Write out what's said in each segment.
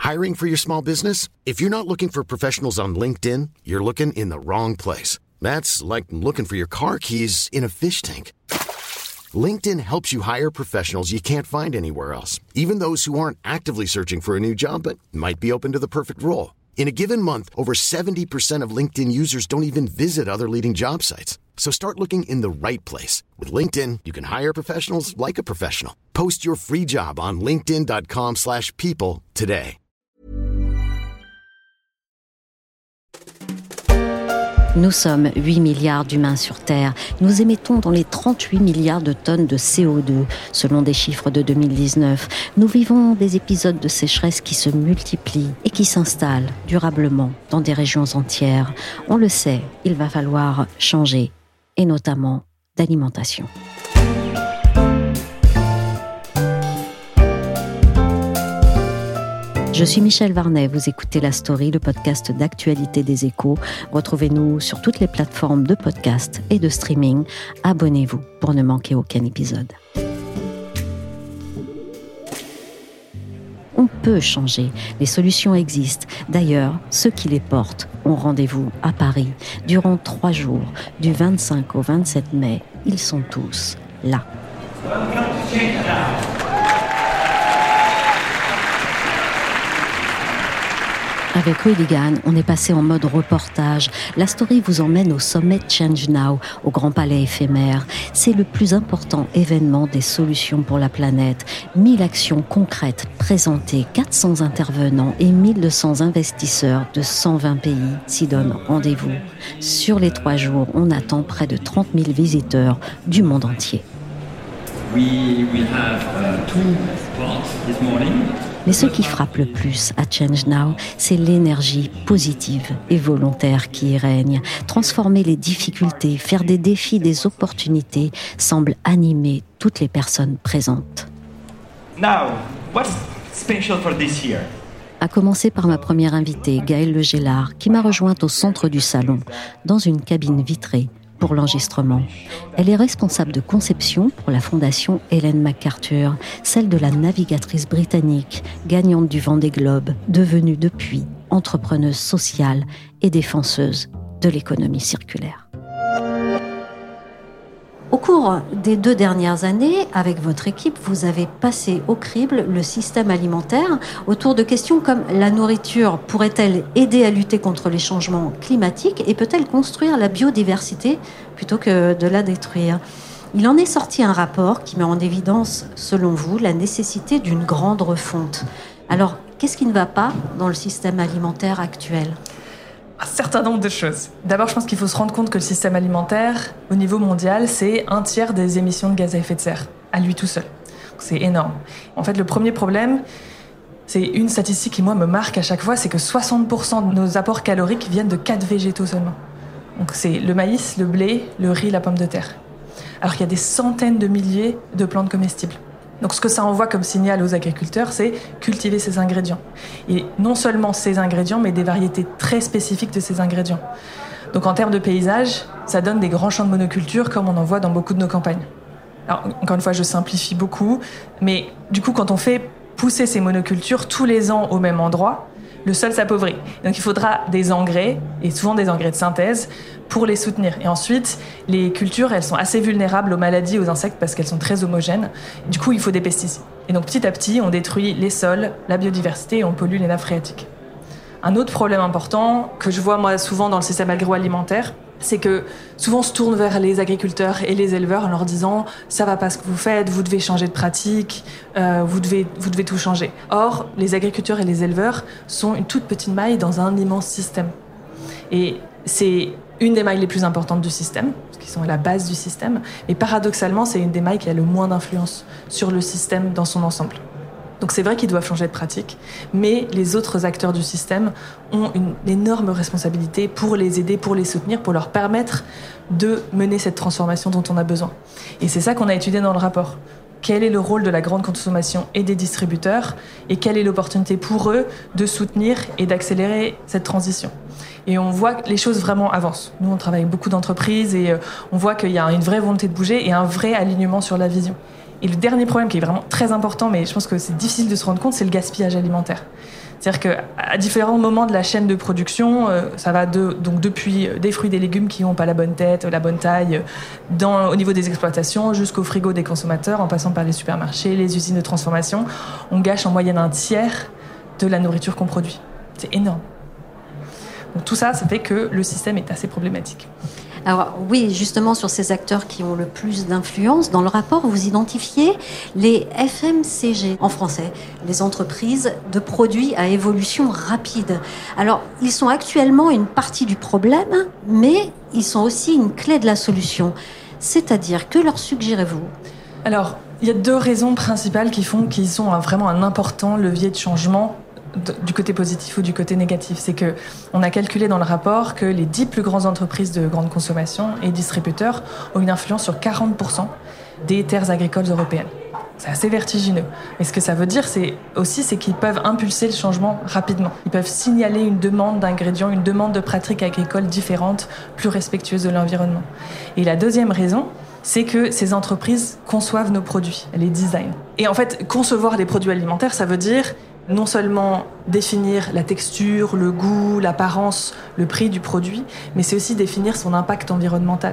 Hiring for your small business? If you're not looking for professionals on LinkedIn, you're looking in the wrong place. That's like looking for your car keys in a fish tank. LinkedIn helps you hire professionals you can't find anywhere else, even those who aren't actively searching for a new job but might be open to the perfect role. In a given month, over 70% of LinkedIn users don't even visit other leading job sites. So start looking in the right place. With LinkedIn, you can hire professionals like a professional. Post your free job on linkedin.com/people today. Nous sommes 8 milliards d'humains sur Terre. Nous émettons dans les 38 milliards de tonnes de CO2, selon des chiffres de 2019. Nous vivons des épisodes de sécheresse qui se multiplient et qui s'installent durablement dans des régions entières. On le sait, il va falloir changer, et notamment d'alimentation. Je suis Michel Varnet, vous écoutez La Story, le podcast d'actualité des Échos. Retrouvez-nous sur toutes les plateformes de podcast et de streaming. Abonnez-vous pour ne manquer aucun épisode. On peut changer, les solutions existent. D'ailleurs, ceux qui les portent ont rendez-vous à Paris. Durant 3 jours, du 25 au 27 mai, ils sont tous là. Avec Hooligan, on est passé en mode reportage. La Story vous emmène au sommet Change Now, au Grand Palais éphémère. C'est le plus important événement des solutions pour la planète. 1000 actions concrètes présentées, 400 intervenants et 1200 investisseurs de 120 pays s'y donnent rendez-vous. Sur les 3 jours, on attend près de 30 000 visiteurs du monde entier. We will have 2 talks this morning. Mais ce qui frappe le plus à Change Now, c'est l'énergie positive et volontaire qui y règne. Transformer les difficultés, faire des défis des opportunités semble animer toutes les personnes présentes. Now, what's special for this year? À commencer par ma première invitée, Gaëlle Le Gélard, qui m'a rejointe au centre du salon, dans une cabine vitrée, pour l'enregistrement. Elle est responsable de conception pour la fondation Ellen MacArthur, celle de la navigatrice britannique, gagnante du Vendée Globe, devenue depuis entrepreneuse sociale et défenseuse de l'économie circulaire. Au cours des 2 dernières années, avec votre équipe, vous avez passé au crible le système alimentaire autour de questions comme la nourriture pourrait-elle aider à lutter contre les changements climatiques et peut-elle construire la biodiversité plutôt que de la détruire ? Il en est sorti un rapport qui met en évidence, selon vous, la nécessité d'une grande refonte. Alors, qu'est-ce qui ne va pas dans le système alimentaire actuel ? Un certain nombre de choses. D'abord, je pense qu'il faut se rendre compte que le système alimentaire, au niveau mondial, c'est 1/3 des émissions de gaz à effet de serre, à lui tout seul. Donc, c'est énorme. En fait, le premier problème, c'est une statistique qui, moi, me marque à chaque fois, c'est que 60% de nos apports caloriques viennent de 4 végétaux seulement. Donc, c'est le maïs, le blé, le riz, la pomme de terre. Alors qu'il y a des centaines de milliers de plantes comestibles. Donc ce que ça envoie comme signal aux agriculteurs, c'est cultiver ces ingrédients. Et non seulement ces ingrédients, mais des variétés très spécifiques de ces ingrédients. Donc en termes de paysage, ça donne des grands champs de monoculture comme on en voit dans beaucoup de nos campagnes. Alors encore une fois, je simplifie beaucoup, mais du coup quand on fait pousser ces monocultures tous les ans au même endroit, le sol s'appauvrit. Donc il faudra des engrais, et souvent des engrais de synthèse, pour les soutenir. Et ensuite, les cultures, elles sont assez vulnérables aux maladies, aux insectes, parce qu'elles sont très homogènes. Du coup, il faut des pesticides. Et donc petit à petit, on détruit les sols, la biodiversité, et on pollue les nappes phréatiques. Un autre problème important, que je vois moi souvent dans le système agroalimentaire, c'est que souvent on se tourne vers les agriculteurs et les éleveurs en leur disant « ça va pas ce que vous faites, vous devez changer de pratique, vous devez tout changer ». Or, les agriculteurs et les éleveurs sont une toute petite maille dans un immense système. Et c'est une des mailles les plus importantes du système, parce qu'ils sont à la base du système, mais paradoxalement, c'est une des mailles qui a le moins d'influence sur le système dans son ensemble. Donc c'est vrai qu'ils doivent changer de pratique, mais les autres acteurs du système ont une énorme responsabilité pour les aider, pour les soutenir, pour leur permettre de mener cette transformation dont on a besoin. Et c'est ça qu'on a étudié dans le rapport. Quel est le rôle de la grande consommation et des distributeurs, et quelle est l'opportunité pour eux de soutenir et d'accélérer cette transition. Et on voit que les choses vraiment avancent. Nous, on travaille avec beaucoup d'entreprises et on voit qu'il y a une vraie volonté de bouger et un vrai alignement sur la vision. Et le dernier problème qui est vraiment très important, mais je pense que c'est difficile de se rendre compte, c'est le gaspillage alimentaire. C'est-à-dire qu'à différents moments de la chaîne de production, ça va donc depuis des fruits et des légumes qui n'ont pas la bonne tête, la bonne taille, au niveau des exploitations, jusqu'au frigo des consommateurs, en passant par les supermarchés, les usines de transformation, on gâche en moyenne un tiers de la nourriture qu'on produit. C'est énorme. Donc tout ça, ça fait que le système est assez problématique. Alors oui, justement sur ces acteurs qui ont le plus d'influence, dans le rapport, vous identifiez les FMCG en français, les entreprises de produits à évolution rapide. Alors, ils sont actuellement une partie du problème, mais ils sont aussi une clé de la solution. C'est-à-dire, que leur suggérez-vous ? Alors, il y a 2 raisons principales qui font qu'ils sont vraiment un important levier de changement du côté positif ou du côté négatif. C'est que on a calculé dans le rapport que les 10 plus grandes entreprises de grande consommation et distributeurs ont une influence sur 40% des terres agricoles européennes. C'est assez vertigineux. Et ce que ça veut dire, c'est qu'ils peuvent impulser le changement rapidement. Ils peuvent signaler une demande d'ingrédients, une demande de pratiques agricoles différentes, plus respectueuses de l'environnement. Et la deuxième raison, c'est que ces entreprises conçoivent nos produits, les designent. Et en fait, concevoir les produits alimentaires, ça veut dire non seulement définir la texture, le goût, l'apparence, le prix du produit, mais c'est aussi définir son impact environnemental.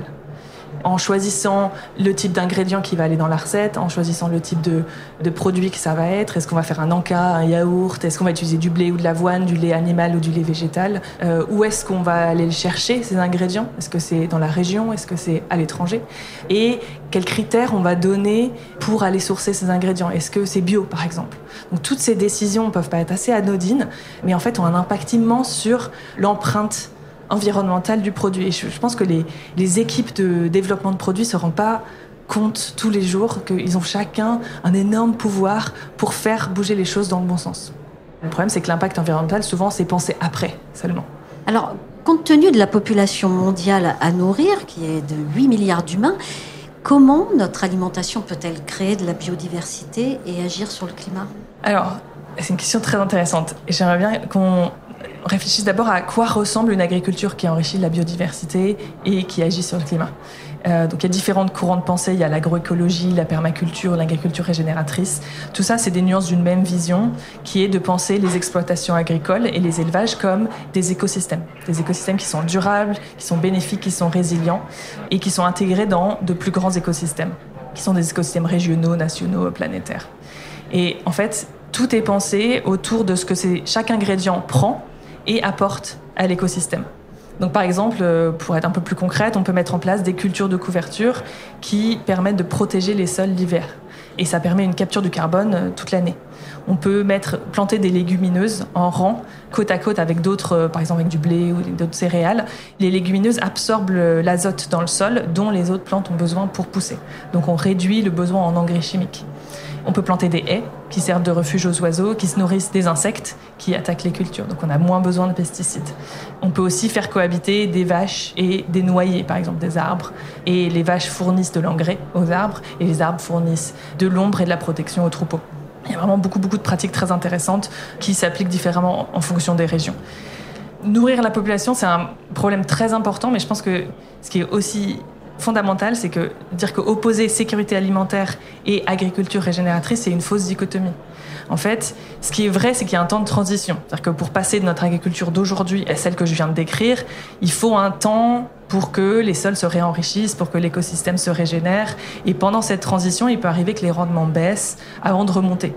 En choisissant le type d'ingrédient qui va aller dans la recette, en choisissant le type de produit que ça va être, est-ce qu'on va faire un encas, un yaourt, est-ce qu'on va utiliser du blé ou de l'avoine, du lait animal ou du lait végétal, où est-ce qu'on va aller chercher ces ingrédients, est-ce que c'est dans la région, est-ce que c'est à l'étranger, et quels critères on va donner pour aller sourcer ces ingrédients, est-ce que c'est bio par exemple. Donc toutes ces décisions peuvent paraître assez anodines, mais en fait ont un impact immense sur l'empreinte environnementale du produit. Et je pense que les équipes de développement de produits ne se rendent pas compte tous les jours qu'ils ont chacun un énorme pouvoir pour faire bouger les choses dans le bon sens. Le problème, c'est que l'impact environnemental, souvent, c'est pensé après seulement. Alors, compte tenu de la population mondiale à nourrir, qui est de 8 milliards d'humains, comment notre alimentation peut-elle créer de la biodiversité et agir sur le climat ? Alors, c'est une question très intéressante. Et j'aimerais bien qu'on réfléchisse d'abord à quoi ressemble une agriculture qui enrichit la biodiversité et qui agit sur le climat. Donc il y a différentes courants de pensée, il y a l'agroécologie, la permaculture, l'agriculture régénératrice. Tout ça, c'est des nuances d'une même vision qui est de penser les exploitations agricoles et les élevages comme des écosystèmes qui sont durables, qui sont bénéfiques, qui sont résilients et qui sont intégrés dans de plus grands écosystèmes, qui sont des écosystèmes régionaux, nationaux, planétaires. Et en fait, tout est pensé autour de ce que chaque ingrédient prend et apporte à l'écosystème. Donc par exemple, pour être un peu plus concrète, on peut mettre en place des cultures de couverture qui permettent de protéger les sols l'hiver. Et ça permet une capture du carbone toute l'année. On peut planter des légumineuses en rang, côte à côte avec d'autres, par exemple avec du blé ou d'autres céréales. Les légumineuses absorbent l'azote dans le sol dont les autres plantes ont besoin pour pousser. Donc on réduit le besoin en engrais chimiques. On peut planter des haies qui servent de refuge aux oiseaux, qui se nourrissent des insectes qui attaquent les cultures. Donc on a moins besoin de pesticides. On peut aussi faire cohabiter des vaches et des noyers, par exemple des arbres. Et les vaches fournissent de l'engrais aux arbres et les arbres fournissent de l'ombre et de la protection aux troupeaux. Il y a vraiment beaucoup de pratiques très intéressantes qui s'appliquent différemment en fonction des régions. Nourrir la population, c'est un problème très important, mais je pense que ce qui est aussi fondamental, c'est que dire qu'opposer sécurité alimentaire et agriculture régénératrice, c'est une fausse dichotomie. En fait, ce qui est vrai, c'est qu'il y a un temps de transition. C'est-à-dire que pour passer de notre agriculture d'aujourd'hui à celle que je viens de décrire, il faut un temps pour que les sols se réenrichissent, pour que l'écosystème se régénère. Et pendant cette transition, il peut arriver que les rendements baissent avant de remonter.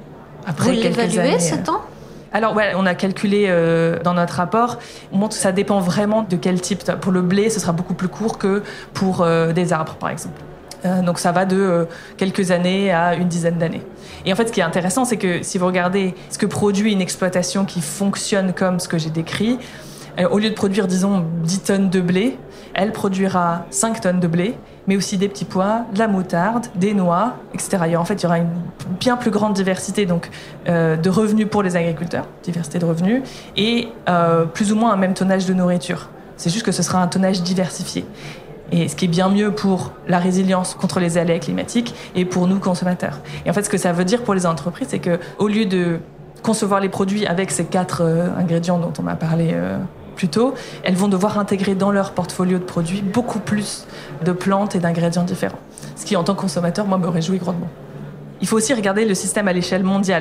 Après quelques années. Vous l'évaluez, ce temps ? Alors ouais, on a calculé dans notre rapport, on montre que ça dépend vraiment de quel type. Pour le blé, ce sera beaucoup plus court que pour des arbres, par exemple. Donc ça va de quelques années à une dizaine d'années. Et en fait, ce qui est intéressant, c'est que si vous regardez ce que produit une exploitation qui fonctionne comme ce que j'ai décrit, au lieu de produire, disons, 10 tonnes de blé, elle produira 5 tonnes de blé, mais aussi des petits pois, de la moutarde, des noix, etc. En fait, il y aura une bien plus grande diversité donc, de revenus pour les agriculteurs, diversité de revenus, et plus ou moins un même tonnage de nourriture. C'est juste que ce sera un tonnage diversifié. Et ce qui est bien mieux pour la résilience contre les aléas climatiques et pour nous, consommateurs. Et en fait, ce que ça veut dire pour les entreprises, c'est qu'au lieu de concevoir les produits avec ces 4 ingrédients dont on m'a parlé plus tôt, elles vont devoir intégrer dans leur portfolio de produits beaucoup plus de plantes et d'ingrédients différents. Ce qui, en tant que consommateur, moi, me réjouit grandement. Il faut aussi regarder le système à l'échelle mondiale.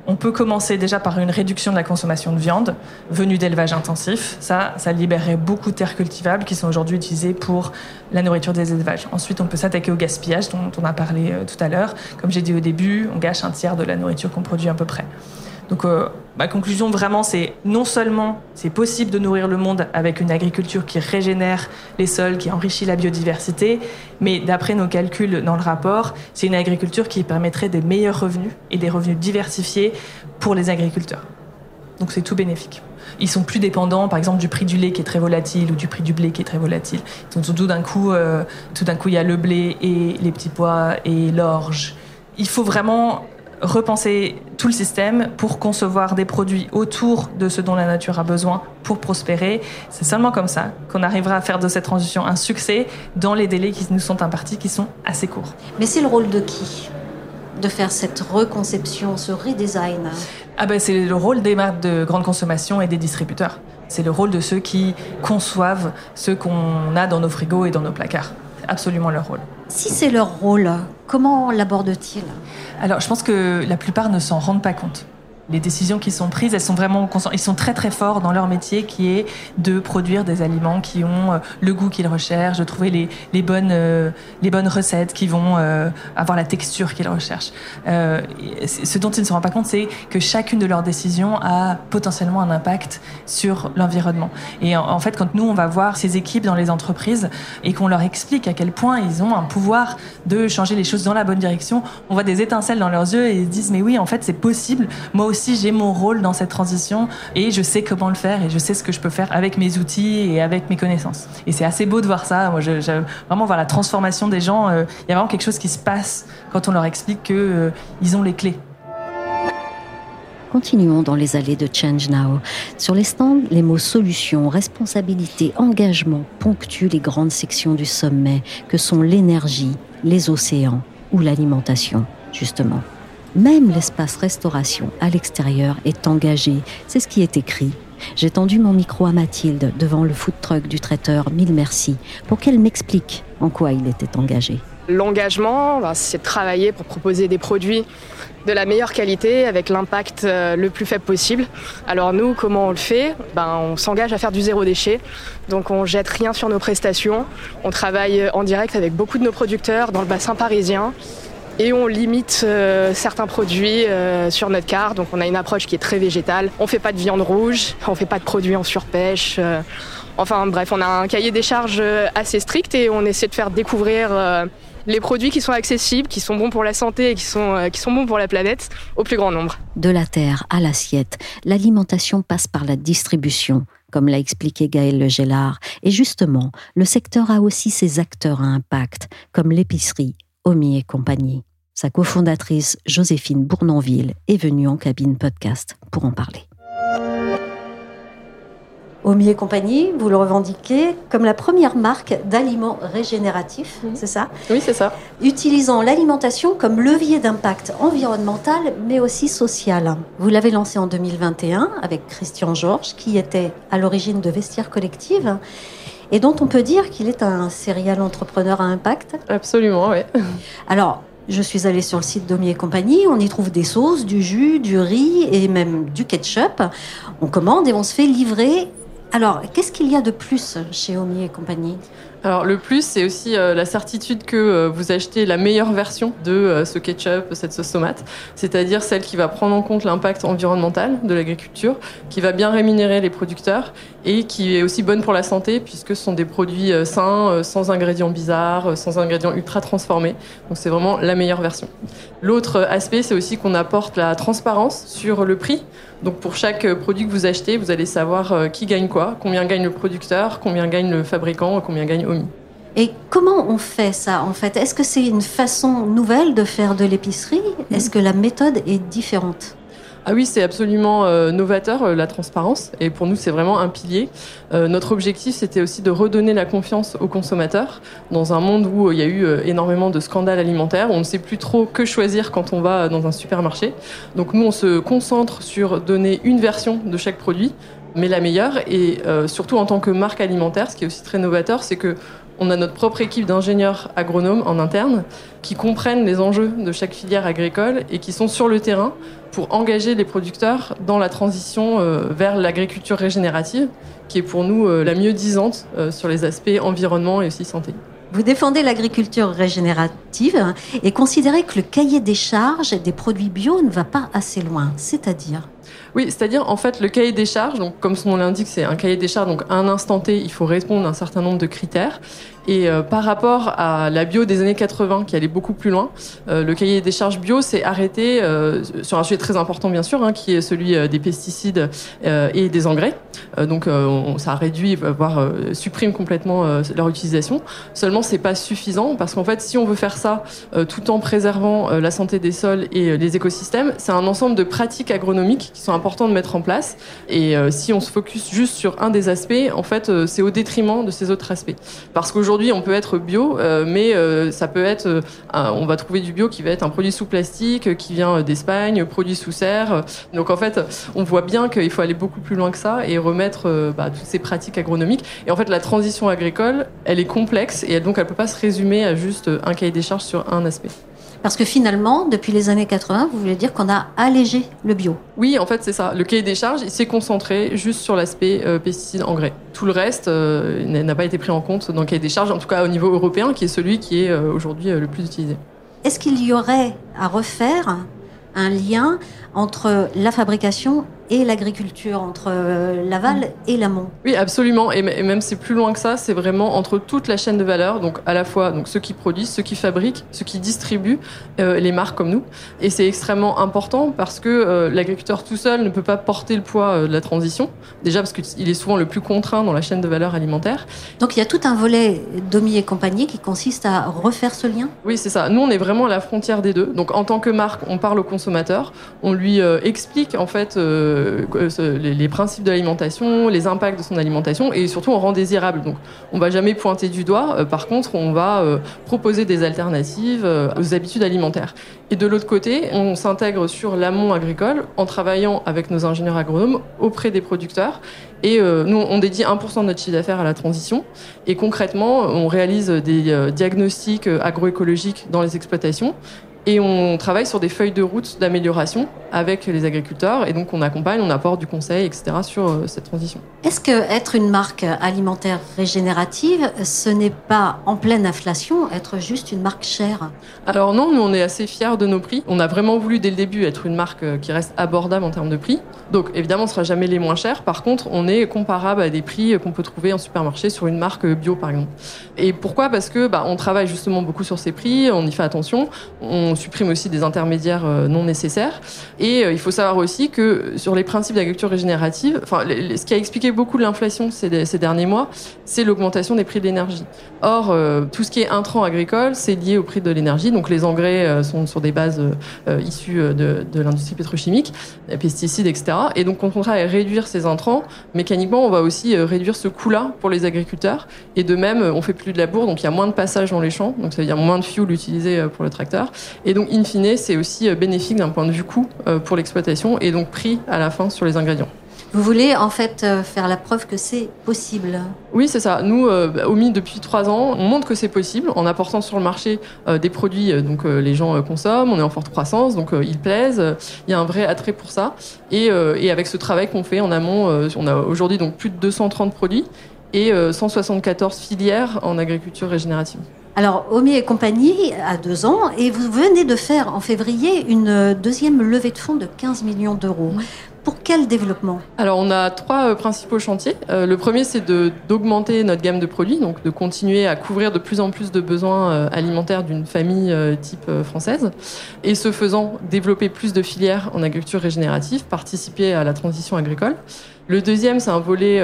On peut commencer déjà par une réduction de la consommation de viande venue d'élevage intensif. Ça libérerait beaucoup de terres cultivables qui sont aujourd'hui utilisées pour la nourriture des élevages. Ensuite, on peut s'attaquer au gaspillage dont on a parlé tout à l'heure. Comme j'ai dit au début, on gâche un tiers de la nourriture qu'on produit à peu près. Donc, ma conclusion, vraiment, c'est non seulement c'est possible de nourrir le monde avec une agriculture qui régénère les sols, qui enrichit la biodiversité, mais d'après nos calculs dans le rapport, c'est une agriculture qui permettrait des meilleurs revenus et des revenus diversifiés pour les agriculteurs. Donc, c'est tout bénéfique. Ils sont plus dépendants, par exemple, du prix du lait qui est très volatile ou du prix du blé qui est très volatile. Donc, tout d'un coup, il y a le blé et les petits pois et l'orge. Il faut vraiment repenser tout le système pour concevoir des produits autour de ce dont la nature a besoin pour prospérer. C'est seulement comme ça qu'on arrivera à faire de cette transition un succès dans les délais qui nous sont impartis, qui sont assez courts. Mais c'est le rôle de qui de faire cette reconception, ce redesign? C'est le rôle des marques de grande consommation et des distributeurs. C'est le rôle de ceux qui conçoivent ce qu'on a dans nos frigos et dans nos placards. C'est absolument leur rôle. Si c'est leur rôle, comment l'abordent-ils? Alors, je pense que la plupart ne s'en rendent pas compte. Les décisions qui sont prises, ils sont très très forts dans leur métier qui est de produire des aliments qui ont le goût qu'ils recherchent, de trouver les bonnes recettes qui vont avoir la texture qu'ils recherchent. Ce dont ils ne se rendent pas compte, c'est que chacune de leurs décisions a potentiellement un impact sur l'environnement. Et en fait, quand nous, on va voir ces équipes dans les entreprises et qu'on leur explique à quel point ils ont un pouvoir de changer les choses dans la bonne direction, on voit des étincelles dans leurs yeux et ils se disent « Mais oui, en fait, c'est possible. Moi aussi, j'ai mon rôle dans cette transition et je sais comment le faire et je sais ce que je peux faire avec mes outils et avec mes connaissances. » Et c'est assez beau de voir ça. Moi, j'aime vraiment voir la transformation des gens. Il y a vraiment quelque chose qui se passe quand on leur explique qu'ils ont les clés. Continuons dans les allées de Change Now. Sur les stands, les mots solution, responsabilité, engagement ponctuent les grandes sections du sommet que sont l'énergie, les océans ou l'alimentation, justement. Même l'espace restauration à l'extérieur est engagé. C'est ce qui est écrit. J'ai tendu mon micro à Mathilde devant le food truck du traiteur Mille Merci pour qu'elle m'explique en quoi il était engagé. L'engagement, c'est de travailler pour proposer des produits de la meilleure qualité avec l'impact le plus faible possible. Alors nous, comment on le fait ? On s'engage à faire du zéro déchet. Donc on jette rien sur nos prestations. On travaille en direct avec beaucoup de nos producteurs dans le bassin parisien. Et on limite certains produits sur notre carte. Donc on a une approche qui est très végétale. On ne fait pas de viande rouge, on ne fait pas de produits en surpêche. Enfin bref, on a un cahier des charges assez strict et on essaie de faire découvrir les produits qui sont accessibles, qui sont bons pour la santé et qui sont bons pour la planète au plus grand nombre. De la terre à l'assiette, l'alimentation passe par la distribution, comme l'a expliqué Gaël Le Gellard. Et justement, le secteur a aussi ses acteurs à impact, comme l'épicerie Omi et compagnie. Sa cofondatrice, Joséphine Bournonville, est venue en cabine podcast pour en parler. Omi et compagnie, vous le revendiquez comme la première marque d'aliments régénératifs, c'est ça ? Oui, c'est ça. Utilisant l'alimentation comme levier d'impact environnemental, mais aussi social. Vous l'avez lancé en 2021 avec Christian Georges, qui était à l'origine de Vestiaire Collective, et dont on peut dire qu'il est un serial entrepreneur à impact. Absolument, oui. Alors, je suis allée sur le site d'Omi et compagnie, on y trouve des sauces, du jus, du riz et même du ketchup. On commande et on se fait livrer. Alors, qu'est-ce qu'il y a de plus chez Omi et compagnie ? Alors, le plus, c'est aussi la certitude que vous achetez la meilleure version de ce ketchup, cette sauce tomate, c'est-à-dire celle qui va prendre en compte l'impact environnemental de l'agriculture, qui va bien rémunérer les producteurs et qui est aussi bonne pour la santé puisque ce sont des produits sains, sans ingrédients bizarres, sans ingrédients ultra transformés. Donc, c'est vraiment la meilleure version. L'autre aspect, c'est aussi qu'on apporte la transparence sur le prix. Donc, pour chaque produit que vous achetez, vous allez savoir qui gagne quoi, combien gagne le producteur, combien gagne le fabricant, combien gagne Omi. Et comment on fait ça, en fait ? Est-ce que c'est une façon nouvelle de faire de l'épicerie ? Est-ce que la méthode est différente ? Ah oui, c'est absolument novateur, la transparence. Et pour nous, c'est vraiment un pilier. Notre objectif, c'était aussi de redonner la confiance aux consommateurs dans un monde où il y a eu énormément de scandales alimentaires. On ne sait plus trop que choisir quand on va dans un supermarché. Donc nous, on se concentre sur donner une version de chaque produit, mais la meilleure. Et surtout, en tant que marque alimentaire, ce qui est aussi très novateur, c'est que On a notre propre équipe d'ingénieurs agronomes en interne qui comprennent les enjeux de chaque filière agricole et qui sont sur le terrain pour engager les producteurs dans la transition vers l'agriculture régénérative, qui est pour nous la mieux disante sur les aspects environnement et aussi santé. Vous défendez l'agriculture régénérative et considérez que le cahier des charges des produits bio ne va pas assez loin, c'est-à-dire ? Oui, c'est-à-dire en fait le cahier des charges, donc comme son nom l'indique, c'est un cahier des charges, donc à un instant T, il faut répondre à un certain nombre de critères. Et par rapport à la bio des années 80, qui allait beaucoup plus loin, le cahier des charges bio s'est arrêté sur un sujet très important bien sûr, qui est celui des pesticides et des engrais. Donc ça a réduit, voire supprime complètement leur utilisation. Seulement, c'est pas suffisant parce qu'en fait, si on veut faire ça tout en préservant la santé des sols et les écosystèmes, c'est un ensemble de pratiques agronomiques qui sont importantes de mettre en place. Et si on se focus juste sur un des aspects, en fait, c'est au détriment de ces autres aspects. Parce qu'aujourd'hui, on peut être bio, mais ça peut être, on va trouver du bio qui va être un produit sous plastique, qui vient d'Espagne, produit sous serre. Donc en fait, on voit bien qu'il faut aller beaucoup plus loin que ça et remettre toutes ces pratiques agronomiques. Et en fait, la transition agricole, elle est complexe et donc elle peut pas se résumer à juste un cahier des charges sur un aspect. Parce que finalement, depuis les années 80, vous voulez dire qu'on a allégé le bio ? Oui, en fait, c'est ça. Le cahier des charges, il s'est concentré juste sur l'aspect pesticides, engrais. Tout le reste n'a pas été pris en compte dans le cahier des charges, en tout cas au niveau européen, qui est celui qui est aujourd'hui le plus utilisé. Est-ce qu'il y aurait à refaire un lien entre la fabrication et l'agriculture, entre l'aval et l'amont? Oui, absolument. Et même c'est plus loin que ça, c'est vraiment entre toute la chaîne de valeur, donc à la fois donc ceux qui produisent, ceux qui fabriquent, ceux qui distribuent, les marques comme nous. Et c'est extrêmement important parce que l'agriculteur tout seul ne peut pas porter le poids de la transition, déjà parce qu'il est souvent le plus contraint dans la chaîne de valeur alimentaire. Donc il y a tout un volet Domy et compagnie qui consiste à refaire ce lien? Oui, c'est ça. Nous, on est vraiment à la frontière des deux. Donc en tant que marque, on parle au consommateur, on lui explique en fait les principes de l'alimentation, les impacts de son alimentation et surtout on rend désirable. Donc on va jamais pointer du doigt, par contre on va proposer des alternatives aux habitudes alimentaires. Et de l'autre côté, on s'intègre sur l'amont agricole en travaillant avec nos ingénieurs agronomes auprès des producteurs. Et nous, on dédie 1% de notre chiffre d'affaires à la transition. Et concrètement, on réalise des diagnostics agroécologiques dans les exploitations. Et on travaille sur des feuilles de route d'amélioration avec les agriculteurs. Et donc, on accompagne, on apporte du conseil, etc. sur cette transition. Est-ce qu'être une marque alimentaire régénérative, ce n'est pas en pleine inflation, être juste une marque chère? Alors non, nous, on est assez fiers de nos prix. On a vraiment voulu, dès le début, être une marque qui reste abordable en termes de prix. Donc, évidemment, on ne sera jamais les moins chers. Par contre, on est comparable à des prix qu'on peut trouver en supermarché sur une marque bio, par exemple. Et pourquoi ? Parce que on travaille justement beaucoup sur ces prix, on y fait attention. On supprime aussi des intermédiaires non nécessaires. Et il faut savoir aussi que sur les principes d'agriculture régénérative, ce qui a expliqué beaucoup de l'inflation ces derniers mois, c'est l'augmentation des prix de l'énergie. Or, tout ce qui est intrants agricoles, c'est lié au prix de l'énergie. Donc les engrais sont sur des bases issues de l'industrie pétrochimique, les pesticides, etc. Et donc quand on travaille à réduire ces intrants, mécaniquement, on va aussi réduire ce coût-là pour les agriculteurs. Et de même, on fait plus de labour, donc il y a moins de passage dans les champs, donc ça veut dire moins de fuel utilisé pour le tracteur. Et donc, in fine, c'est aussi bénéfique d'un point de vue coût pour l'exploitation et donc prix à la fin sur les ingrédients. Vous voulez en fait faire la preuve que c'est possible? Oui, c'est ça. Nous, OMI, depuis 3 ans, on montre que c'est possible en apportant sur le marché des produits les gens consomment. On est en forte croissance, donc ils plaisent. Il y a un vrai attrait pour ça. Et avec ce travail qu'on fait en amont, on a aujourd'hui donc plus de 230 produits et 174 filières en agriculture régénérative. Alors, Omi et compagnie a 2 ans et vous venez de faire en février une deuxième levée de fonds de 15 millions d'euros. Pour quel développement? Alors, on a 3 principaux chantiers. Le premier, c'est d'augmenter notre gamme de produits, donc de continuer à couvrir de plus en plus de besoins alimentaires d'une famille type française. Et ce faisant, développer plus de filières en agriculture régénérative, participer à la transition agricole. Le deuxième, c'est un volet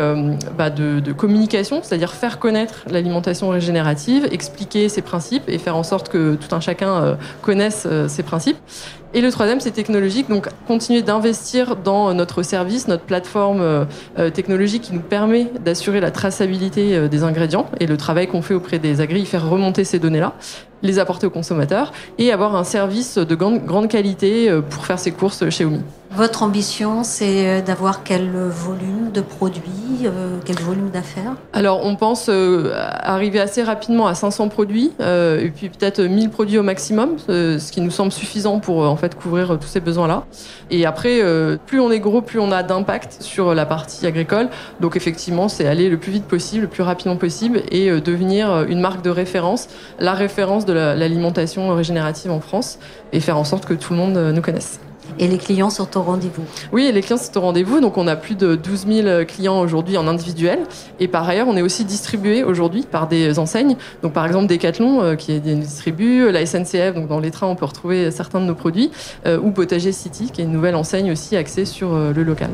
de communication, c'est-à-dire faire connaître l'alimentation régénérative, expliquer ses principes et faire en sorte que tout un chacun connaisse ses principes. Et le troisième, c'est technologique, donc continuer d'investir dans notre service, notre plateforme technologique qui nous permet d'assurer la traçabilité des ingrédients et le travail qu'on fait auprès des agris, faire remonter ces données-là. les apporter aux consommateurs et avoir un service de grande qualité pour faire ses courses chez Omi. Votre ambition, c'est d'avoir quel volume de produits, quel volume d'affaires ? Alors, on pense arriver assez rapidement à 500 produits, et puis peut-être 1000 produits au maximum, ce qui nous semble suffisant pour en fait couvrir tous ces besoins-là. Et après, plus on est gros, plus on a d'impact sur la partie agricole. Donc effectivement, c'est aller le plus vite possible, le plus rapidement possible, et devenir une marque de référence, la référence de l'alimentation régénérative en France, et faire en sorte que tout le monde nous connaisse. Et les clients sont au rendez-vous ? Oui, les clients sont au rendez-vous. Donc, on a plus de 12 000 clients aujourd'hui en individuel. Et par ailleurs, on est aussi distribué aujourd'hui par des enseignes. Donc, par exemple, Decathlon, qui distribue, la SNCF, donc dans les trains, on peut retrouver certains de nos produits, ou Potager City, qui est une nouvelle enseigne aussi axée sur le local.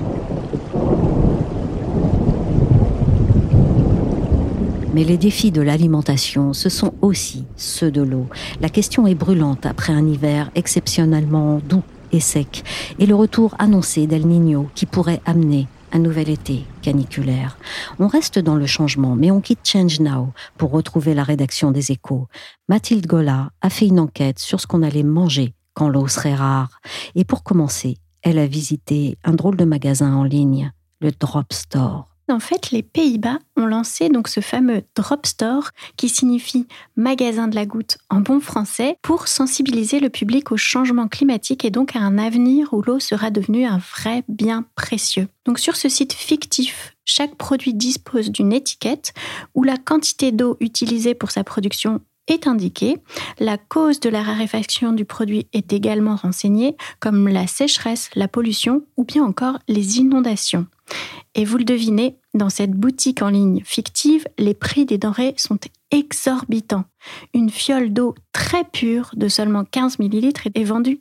Mais les défis de l'alimentation, ce sont aussi ceux de l'eau. La question est brûlante après un hiver exceptionnellement doux et sec, et le retour annoncé d'El Niño qui pourrait amener un nouvel été caniculaire. On reste dans le changement, mais on quitte Change Now pour retrouver la rédaction des Échos. Mathilde Gola a fait une enquête sur ce qu'on allait manger quand l'eau serait rare. Et pour commencer, elle a visité un drôle de magasin en ligne, le Drop Store. En fait, les Pays-Bas ont lancé donc ce fameux Drop Store, qui signifie magasin de la goutte en bon français, pour sensibiliser le public au changement climatique et donc à un avenir où l'eau sera devenue un vrai bien précieux. Donc sur ce site fictif, chaque produit dispose d'une étiquette où la quantité d'eau utilisée pour sa production est indiquée. La cause de la raréfaction du produit est également renseignée, comme la sécheresse, la pollution ou bien encore les inondations. Et vous le devinez, dans cette boutique en ligne fictive, les prix des denrées sont exorbitants. Une fiole d'eau très pure de seulement 15 ml est vendue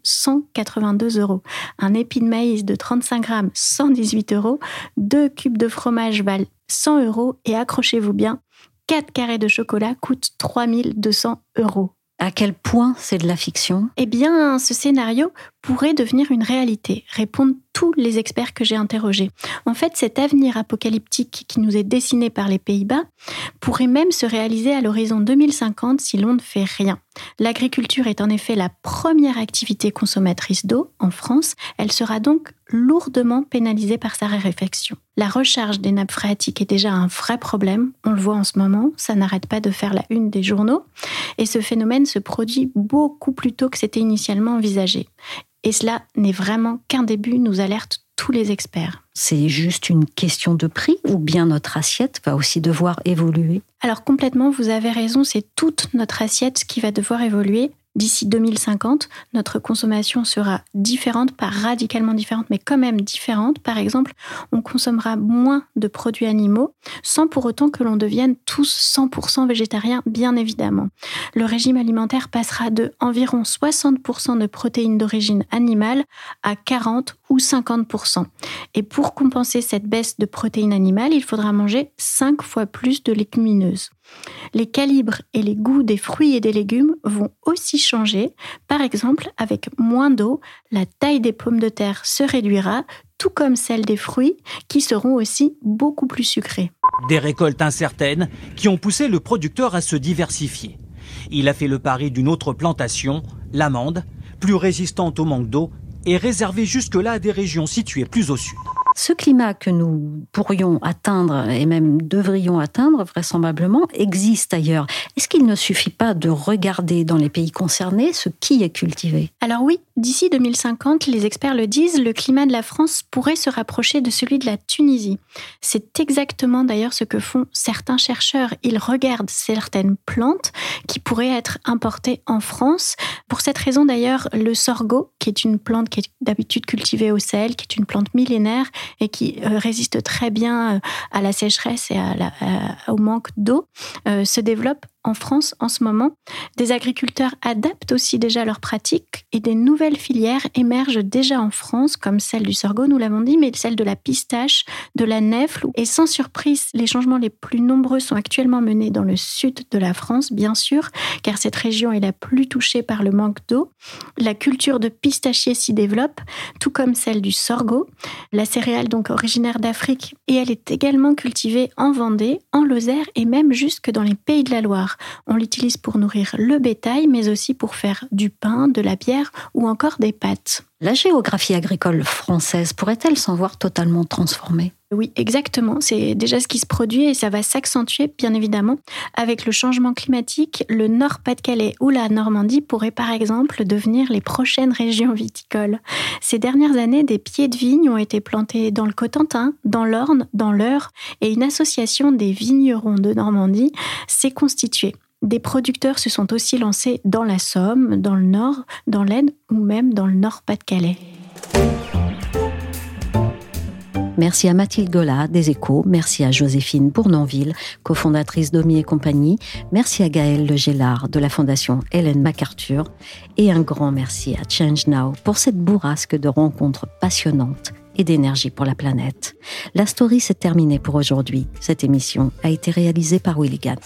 182 €. Un épi de maïs de 35 grammes, 118 €. 2 cubes de fromage valent 100 € et accrochez-vous bien, 4 carrés de chocolat coûtent 3 200 €. À quel point c'est de la fiction ? Eh bien, ce scénario pourrait devenir une réalité, répondent tous les experts que j'ai interrogés. En fait, cet avenir apocalyptique qui nous est dessiné par les Pays-Bas pourrait même se réaliser à l'horizon 2050 si l'on ne fait rien. L'agriculture est en effet la première activité consommatrice d'eau en France. Elle sera donc lourdement pénalisée par sa raréfaction. La recharge des nappes phréatiques est déjà un vrai problème. On le voit en ce moment, ça n'arrête pas de faire la une des journaux. Et ce phénomène se produit beaucoup plus tôt que c'était initialement envisagé. Et cela n'est vraiment qu'un début, nous alertent tous les experts. C'est juste une question de prix ou bien notre assiette va aussi devoir évoluer ? Alors complètement, vous avez raison, c'est toute notre assiette qui va devoir évoluer. D'ici 2050, notre consommation sera différente, pas radicalement différente, mais quand même différente. Par exemple, on consommera moins de produits animaux, sans pour autant que l'on devienne tous 100% végétariens, bien évidemment. Le régime alimentaire passera de environ 60% de protéines d'origine animale à 40 ou 50%. Et pour compenser cette baisse de protéines animales, il faudra manger 5 fois plus de légumineuses. Les calibres et les goûts des fruits et des légumes vont aussi changer. Par exemple, avec moins d'eau, la taille des pommes de terre se réduira, tout comme celle des fruits, qui seront aussi beaucoup plus sucrés. Des récoltes incertaines qui ont poussé le producteur à se diversifier. Il a fait le pari d'une autre plantation, l'amande, plus résistante au manque d'eau et réservée jusque-là à des régions situées plus au sud. Ce climat que nous pourrions atteindre et même devrions atteindre vraisemblablement existe ailleurs. Est-ce qu'il ne suffit pas de regarder dans les pays concernés ce qui est cultivé ? Alors oui, d'ici 2050, les experts le disent, le climat de la France pourrait se rapprocher de celui de la Tunisie. C'est exactement d'ailleurs ce que font certains chercheurs. Ils regardent certaines plantes qui pourraient être importées en France. Pour cette raison d'ailleurs, le sorgho, qui est une plante qui est d'habitude cultivée au Sahel, qui est une plante millénaire, et qui résiste très bien à la sécheresse et au manque d'eau, se développe en France en ce moment. Des agriculteurs adaptent aussi déjà leurs pratiques et des nouvelles filières émergent déjà en France, comme celle du sorgho, nous l'avons dit, mais celle de la pistache, de la nèfle. Et sans surprise, les changements les plus nombreux sont actuellement menés dans le sud de la France, bien sûr, car cette région est la plus touchée par le manque d'eau. La culture de pistachier s'y développe, tout comme celle du sorgho. La céréale, donc originaire d'Afrique, et elle est également cultivée en Vendée, en Lozère et même jusque dans les Pays de la Loire. terre. On l'utilise pour nourrir le bétail, mais aussi pour faire du pain, de la bière ou encore des pâtes. La géographie agricole française pourrait-elle s'en voir totalement transformée ? Oui, exactement. C'est déjà ce qui se produit et ça va s'accentuer, bien évidemment. Avec le changement climatique, le Nord-Pas-de-Calais ou la Normandie pourraient par exemple devenir les prochaines régions viticoles. Ces dernières années, des pieds de vigne ont été plantés dans le Cotentin, dans l'Orne, dans l'Eure et une association des vignerons de Normandie s'est constituée. Des producteurs se sont aussi lancés dans la Somme, dans le Nord, dans l'Aisne ou même dans le Nord-Pas-de-Calais. Merci à Mathilde Gola des Échos, merci à Joséphine Bournonville, cofondatrice d'Omi et compagnie, merci à Gaëlle Legélard de la Fondation Ellen MacArthur et un grand merci à Change Now pour cette bourrasque de rencontres passionnantes et d'énergie pour la planète. La story s'est terminée pour aujourd'hui. Cette émission a été réalisée par Willigan.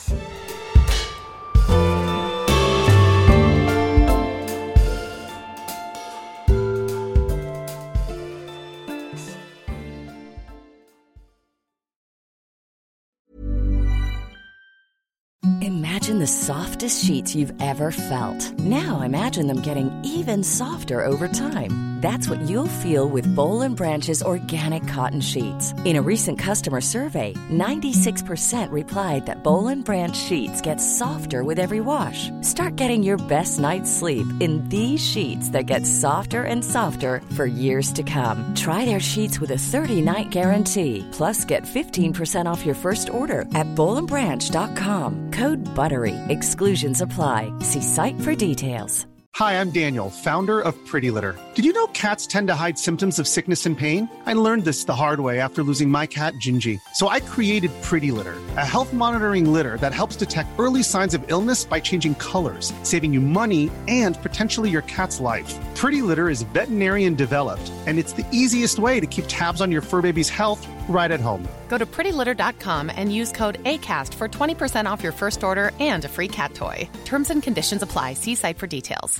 Imagine the softest sheets you've ever felt. Now imagine them getting even softer over time. That's what you'll feel with Boll & Branch's organic cotton sheets. In a recent customer survey, 96% replied that Boll & Branch sheets get softer with every wash. Start getting your best night's sleep in these sheets that get softer and softer for years to come. Try their sheets with a 30-night guarantee. Plus, get 15% off your first order at bollandbranch.com. Code BUTTERY. Exclusions apply. See site for details. Hi, I'm Daniel, founder of Pretty Litter. Did you know cats tend to hide symptoms of sickness and pain? I learned this the hard way after losing my cat, Gingy. So I created Pretty Litter, a health monitoring litter that helps detect early signs of illness by changing colors, saving you money and potentially your cat's life. Pretty Litter is veterinarian developed, and it's the easiest way to keep tabs on your fur baby's health right at home. Go to prettylitter.com and use code ACAST for 20% off your first order and a free cat toy. Terms and conditions apply. See site for details.